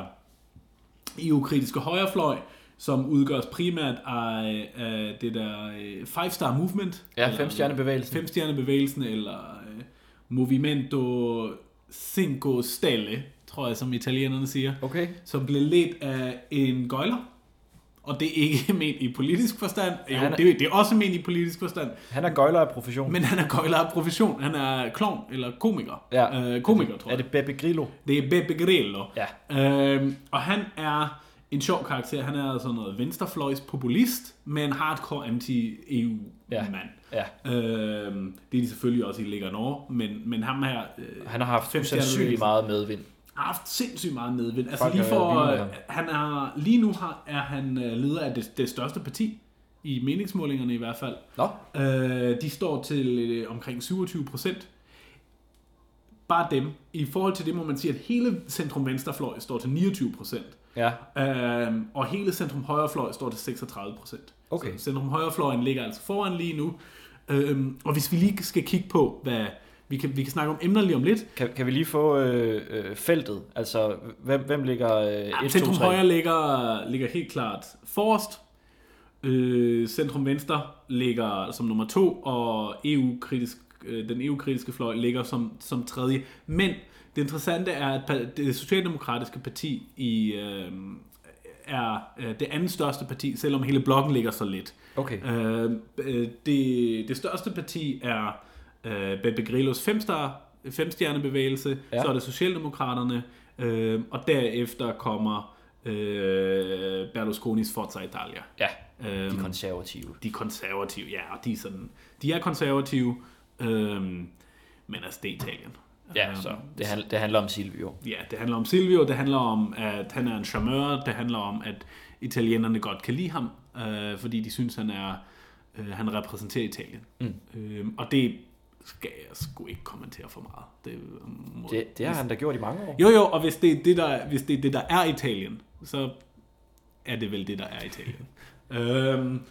E U-kritiske højrefløj, som udgøres primært af, af det der uh, Five Star Movement. Ja, femstjernebevægelsen. Femstjernebevægelsen, eller uh, Movimento Cinque Stelle, tror jeg, som italienerne siger, okay. som blev ledt af en gøjler. Og det er ikke ment i politisk forstand. Jo, er, det, det er også ment i politisk forstand. Han er gøjler af profession. Men han er gøjler af profession. Han er klovn eller komiker. Ja. Øh, komiker, tror jeg. Er det Beppe Grillo? Det er Beppe Grillo. Ja. Øhm, og han er en sjov karakter. Han er sådan noget venstrefløjs populist, men hardcore anti-E U-mand. Ja. Ja. Øhm, det er de selvfølgelig også i Lega Nord, men, men ham her... Øh, han har haft usandsynligt meget medvind. Har haft sindssygt meget medvind. Altså lige for, han er, lige nu har, er han leder af det, det største parti, i meningsmålingerne i hvert fald. Nå. Øh, de står til øh, omkring syvogtyve procent. Bare dem. I forhold til det må man sige, at hele centrum-venstrefløj står til niogtyve procent. Ja. Øh, og hele centrum-højrefløj står til seksogtredive procent. Okay. Så centrum-højrefløjen ligger altså foran lige nu. Øh, og hvis vi lige skal kigge på, hvad... Vi kan, vi kan snakke om emner lige om lidt. Kan, kan vi lige få øh, øh, feltet? Altså, hvem, hvem ligger øh, ja, et, to, tre? Centrum højre ligger, ligger helt klart forrest. Øh, centrum venstre ligger som nummer to, og E U-kritisk, øh, den E U-kritiske fløj ligger som, som tredje. Men det interessante er, at det socialdemokratiske parti i, øh, er øh, det andet største parti, selvom hele blokken ligger så lidt. Okay. Øh, det, det største parti er Uh, Beppe Grillos femstar, femstjernebevægelse, ja. Så er det Socialdemokraterne, uh, og derefter kommer uh, Berlusconis Forza Italia. Ja, um, de konservative. De konservative, ja, og de er, sådan, de er konservative, um, men altså det er Italien. Ja, så det, handl- det handler om Silvio. Ja, det handler om Silvio, det handler om, at han er en charmeur, det handler om, at italienerne godt kan lide ham, uh, fordi de synes, han er uh, han repræsenterer Italien. Mm. Uh, og det skal jeg sgu ikke kommentere for meget. Det, må, det, det har han da gjort i mange år. Jo, jo, og hvis det er det, der, hvis det er, det, der er Italien, så er det vel det, der er Italien. øhm,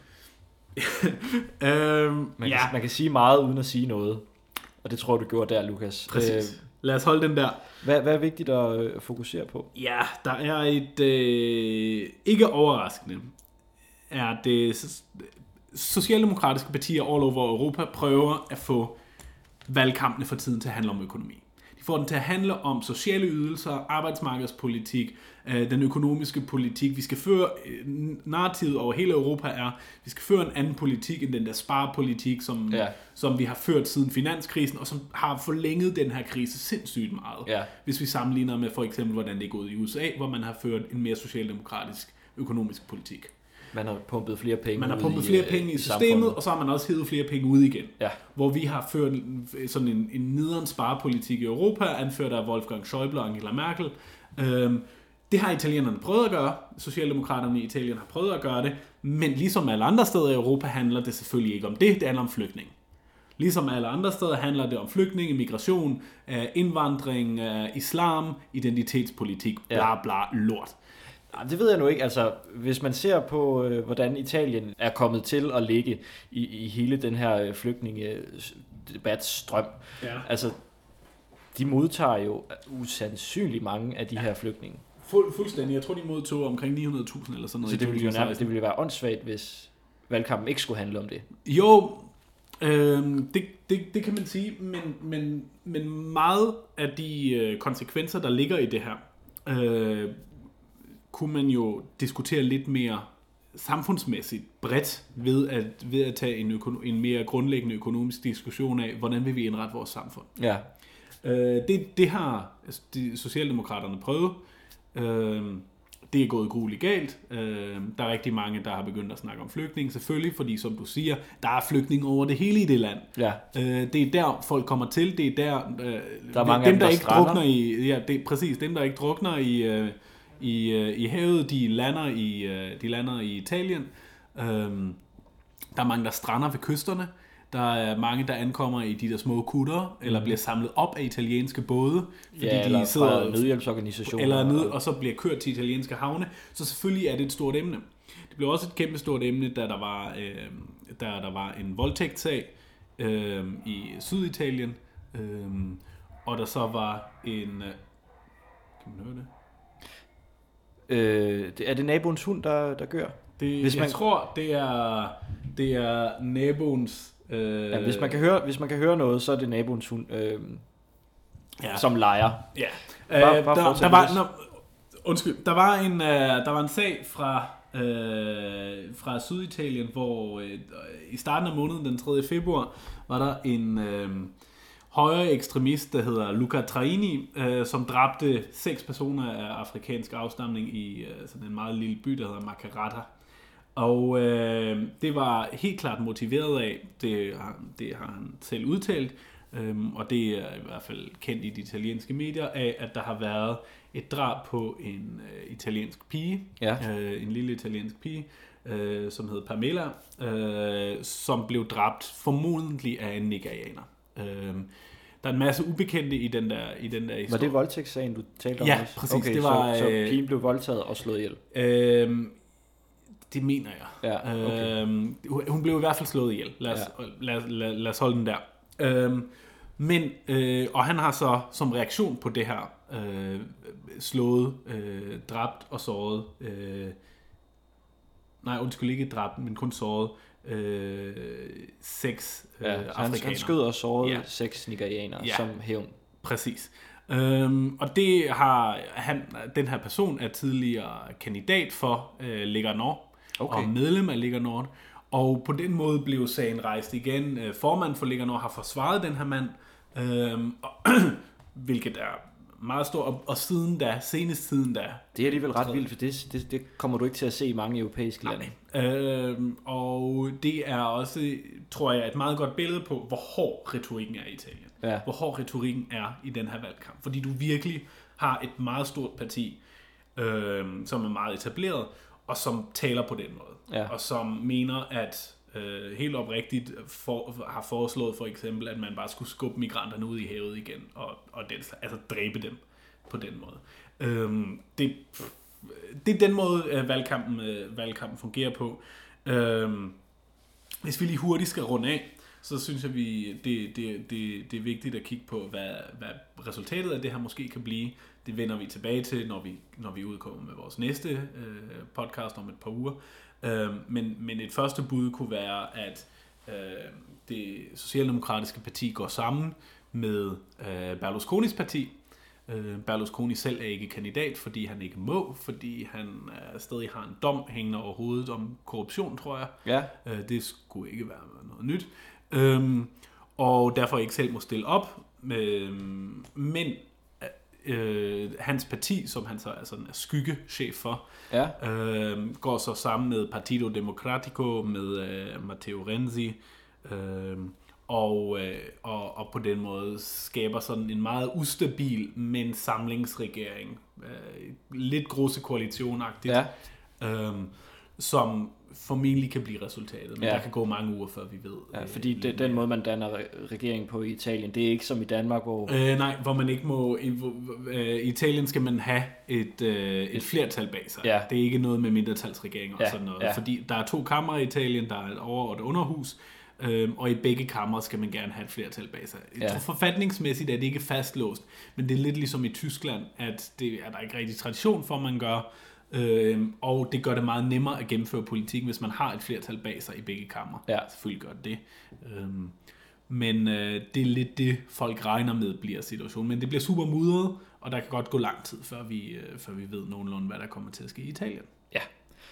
øhm, man, ja. kan, man kan sige meget uden at sige noget, og det tror du gjorde der, Lukas. Præcis. Øh, Lad os holde den der. Hvad, hvad er vigtigt at øh, fokusere på? Ja, der er et, øh, ikke overraskende, er det socialdemokratiske partier all over Europa prøver at få valgkampene for tiden til at handle om økonomi. De får den til at handle om sociale ydelser, arbejdsmarkedspolitik, øh, den økonomiske politik. Vi skal føre, øh, narrativet over hele Europa er, vi skal føre en anden politik end den der sparepolitik, som, ja. som vi har ført siden finanskrisen, og som har forlænget den her krise sindssygt meget. Ja. Hvis vi sammenligner med for eksempel, hvordan det er gået i U S A, hvor man har ført en mere socialdemokratisk økonomisk politik. Man har pumpet flere penge Man har pumpet flere i, penge i i systemet, samfundet. Og så har man også hævet flere penge ud igen. Ja. Hvor vi har ført sådan en, en nederen sparepolitik i Europa, anført af Wolfgang Schäuble og Angela Merkel, Øhm, det har italienerne prøvet at gøre. Socialdemokraterne i Italien har prøvet at gøre det. Men ligesom alle andre steder i Europa handler det selvfølgelig ikke om det. Det handler om flygtninge. Ligesom alle andre steder handler det om flygtninge, migration, indvandring, islam, identitetspolitik, bla bla lort. Det ved jeg nu ikke. Altså, hvis man ser på, øh, hvordan Italien er kommet til at ligge i, i hele den her flygtningedebatsstrøm. Ja. Altså, de modtager jo usandsynligt mange af de ja. her flygtninge. Fuld, fuldstændig. Jeg tror, de modtog omkring ni hundrede tusind eller sådan noget. Så det ville jo nærmest, det ville være åndssvagt, hvis valgkampen ikke skulle handle om det. Jo, øh, det, det, det kan man sige, men, men, men meget af de øh, konsekvenser, der ligger i det her, øh, kunne man jo diskutere lidt mere samfundsmæssigt bredt ved at, ved at tage en, økono- en mere grundlæggende økonomisk diskussion af, hvordan vil vi indrette vores samfund. Ja. Øh, det, det har altså, de Socialdemokraterne prøvet. Øh, det er gået grueligt galt. Øh, der er rigtig mange, der har begyndt at snakke om flygtninge, selvfølgelig, fordi som du siger, der er flygtninge over det hele i det land. Ja. Øh, det er der, folk kommer til. Det er der, øh, der er mange dem, dem, der, der ikke strander. drukner i... Ja, det er præcis. Dem, der ikke drukner i... Øh, I, i havet, de lander i, de lander i Italien. Øhm, der er mange, der strander ved kysterne. Der er mange, der ankommer i de der små kutter, eller bliver samlet op af italienske både, fordi ja, eller de sidder fra nødhjælpsorganisationer. Eller nød, og så bliver kørt til italienske havne. Så selvfølgelig er det et stort emne. Det blev også et kæmpe stort emne, da der var, øh, da der var en voldtægtssag øh, i Syditalien, øh, og der så var en... Øh, kan man høre det? Øh, er det naboens hund, der, der gør? Det, hvis man jeg tror, det er, det er naboens... Øh... Ja, hvis, man kan høre, hvis man kan høre noget, så er det naboens hund, øh, ja. som leger. Ja. Bare, øh, bare der, der var, når, undskyld, der var en, uh, der var en sag fra, uh, fra Syditalien, hvor uh, i starten af måneden, den tredje februar, var der en... Uh, højre ekstremist, der hedder Luca Traini, øh, som dræbte seks personer af afrikansk afstamning i øh, sådan en meget lille by, der hedder Macerata. Og øh, det var helt klart motiveret af, det har, det har han selv udtalt, øh, og det er i hvert fald kendt i de italienske medier, af at der har været et drab på en øh, italiensk pige, ja. øh, en lille italiensk pige, øh, som hed Pamela, øh, som blev dræbt formodentlig af en nigerianer. Øhm, der er en masse ubekendte i den der, i den der historie. Var det voldtægtssagen, du talte om? Ja, også? præcis. Okay, det var, så, så øh, pigen blev voldtaget og slået ihjel? Øhm, det mener jeg. Ja, okay. øhm, hun blev i hvert fald slået ihjel. Lad os, ja. lad, lad, lad os holde den der. Øhm, men, øh, og han har så som reaktion på det her øh, slået, øh, dræbt og såret. Øh, nej, undskyld, ikke dræbt, men kun såret. Øh, seks øh, ja, afrikanere. Han skød og sårede ja. seks nigerianere ja. som hævn. Præcis. Øhm, og det har han, den her person er tidligere kandidat for øh, Lega Nord, okay. og medlem af Lega Nord. Og på den måde blev sagen rejst igen. Øh, formanden for Lega Nord har forsvaret den her mand, øh, og, hvilket er meget stort, og, og siden da, senest siden da. Det er alligevel ret vildt, for det, det, det kommer du ikke til at se i mange europæiske lande. Øhm, og det er også, tror jeg, et meget godt billede på, hvor hård retorikken er i Italien. Ja. Hvor hård retorikken er i den her valgkamp. Fordi du virkelig har et meget stort parti, øhm, som er meget etableret, og som taler på den måde. Ja. Og som mener, at øh, helt oprigtigt for, har foreslået for eksempel, at man bare skulle skubbe migranterne ud i havet igen, og, og den, altså dræbe dem på den måde. Øhm, det, det er den måde, øh, valgkampen, øh, valgkampen fungerer på. Øhm, hvis vi lige hurtigt skal runde af, så synes jeg, vi det, det, det, det er vigtigt at kigge på, hvad, hvad resultatet af det her måske kan blive. Det vender vi tilbage til, når vi, når vi udkommer med vores næste øh, podcast om et par uger. Øh, men, men et første bud kunne være, at øh, det socialdemokratiske parti går sammen med øh, Berlusconis parti. Øh, Berlusconi selv er ikke kandidat, fordi han ikke må, fordi han øh, stadig har en dom hængende over hovedet om korruption, tror jeg. Ja. Øh, det skulle ikke være noget nyt. Øh, og derfor ikke selv må stille op. Øh, men øh, hans parti, som han så er, sådan, er skyggechef for, ja. øh, går så sammen med Partido Democratico, med øh, Matteo Renzi, øh, og, øh, og, og på den måde skaber sådan en meget ustabil, men samlingsregering. Øh, lidt grosse koalitionagtigt, Ja. øhm, som formentlig kan blive resultatet, men Ja. der kan gå mange uger, før vi ved. Ja, øh, fordi lidt det, den mere. måde, man danner re- regering på i Italien, det er ikke som i Danmark, hvor... Øh, nej, hvor man ikke må... I, øh, I Italien skal man have et, øh, et flertal bag sig. Ja. Det er ikke noget med mindretalsregering og Ja, sådan noget. ja. Fordi der er to kammer i Italien, der er et over- og et underhus, øh, og i begge kammer skal man gerne have et flertal bag sig. Jeg Ja. tror, forfatningsmæssigt er det ikke fastlåst, men det er lidt ligesom i Tyskland, at det er der ikke rigtig tradition for, at man gør. Øh, og det gør det meget nemmere at gennemføre politik, hvis man har et flertal bag sig i begge kammer. Ja. Selvfølgelig gør det det. Øh, Men øh, det er lidt det, folk regner med bliver situationen. Men det bliver super mudret, og der kan godt gå lang tid, før vi, øh, før vi ved nogenlunde, hvad der kommer til at ske i Italien. Ja.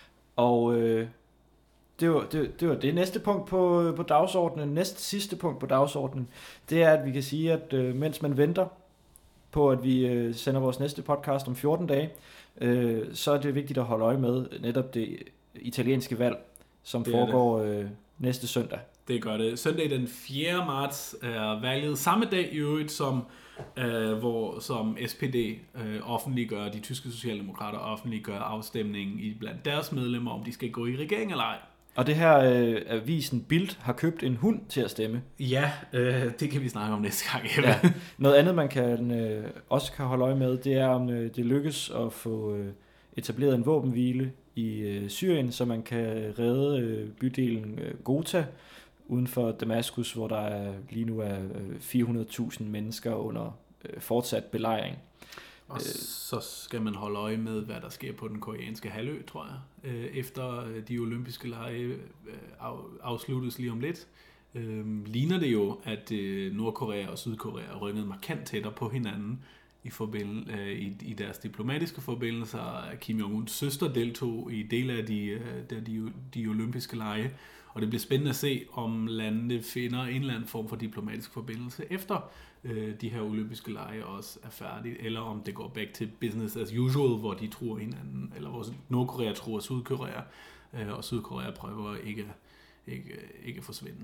Og øh, det, var, det, det var det næste punkt på, på dagsordenen. Næste sidste punkt på dagsordenen, det er, at vi kan sige, at øh, mens man venter på, at vi øh, sender vores næste podcast om fjorten dage, øh, så er det vigtigt at holde øje med netop det italienske valg, som Det er foregår øh, næste søndag. Det gør det. Søndag den fjerde marts er valget samme dag i øvrigt, som, øh, hvor, som S P D øh, offentliggør, de tyske socialdemokrater offentliggør afstemningen i blandt deres medlemmer, om de skal gå i regering eller ej. Og det her øh, avisen Bild har købt en hund til at stemme. Ja, øh, det kan vi snakke om næste gang. Ebbe. Ja. Noget andet, man kan, øh, også kan holde øje med, det er, om øh, det lykkes at få øh, etableret en våbenhvile i øh, Syrien, så man kan redde øh, bydelen øh, Ghouta uden for Damaskus, hvor der er, lige nu er øh, fire hundrede tusind mennesker under øh, fortsat belejring. Og så skal man holde øje med, hvad der sker på den koreanske halvø, tror jeg, øh, efter de olympiske lege øh, af, afsluttes lige om lidt. Øh, ligner det jo, at øh, Nordkorea og Sydkorea er rykket markant tættere på hinanden i, forbindel, øh, i, i deres diplomatiske forbindelser. Kim Jong-uns søster deltog i dele af de, øh, de, de olympiske lege, og det bliver spændende at se, om landene finder en eller anden form for diplomatisk forbindelse efter øh, de her olympiske lege også er færdige, eller om det går back til business as usual, hvor de truer hinanden, eller hvor Nordkorea truer Sydkorea, øh, og Sydkorea prøver ikke, ikke, ikke at forsvinde.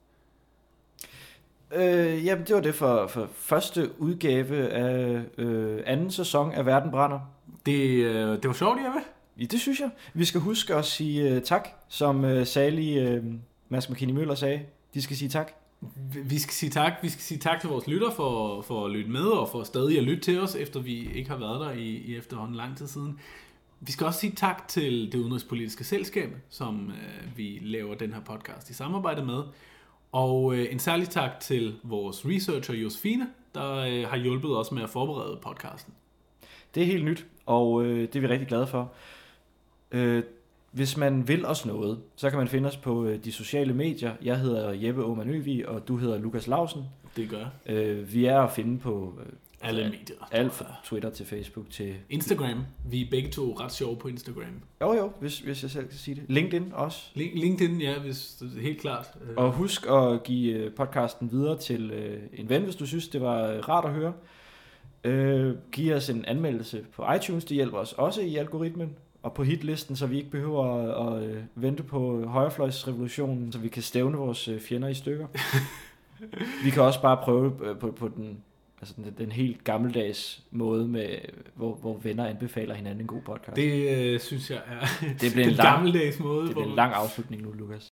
Øh, jamen, det var det for, for første udgave af øh, anden sæson af Verden Brænder. Det, øh, det var sjovt, Jeppe. Ja, det synes jeg. Vi skal huske at sige uh, tak, som uh, salig uh, Mads McKinney Møller sagde. De skal sige tak. Vi skal sige tak. Vi skal sige tak til vores lytter for, for at lytte med, og for stadig at lytte til os, efter vi ikke har været der i, i efterhånden lang tid siden. Vi skal også sige tak til det udenrigspolitiske selskab, som øh, vi laver den her podcast i samarbejde med. Og øh, en særlig tak til vores researcher Josefine, der øh, har hjulpet os med at forberede podcasten. Det er helt nyt, og øh, det er vi rigtig glade for. Øh, hvis man vil os noget, så kan man finde os på øh, de sociale medier. Jeg hedder Jeppe Aumann Øvig, og du hedder Lukas Lausen. Det gør øh, Vi er at finde på øh, alle medier. alt fra Twitter til Facebook til Instagram. Vi er begge to ret sjove på Instagram. Jo jo, hvis, hvis jeg selv kan sige det. LinkedIn også. LinkedIn, ja, hvis det er helt klart. Og husk at give podcasten videre til øh, en ven, hvis du synes, det var rart at høre. Øh, giv os en anmeldelse på iTunes, det hjælper os også i algoritmen og på hitlisten, så vi ikke behøver at, at, at vente på højrefløjsrevolutionen, så vi kan stævne vores fjender i stykker. Vi kan også bare prøve på, på den, altså den, den helt gammeldags måde, med, hvor, hvor venner anbefaler hinanden en god podcast. Det øh, synes jeg er det bliver en den lang, gammeldags måde. Det bliver en lang afslutning nu, Lukas.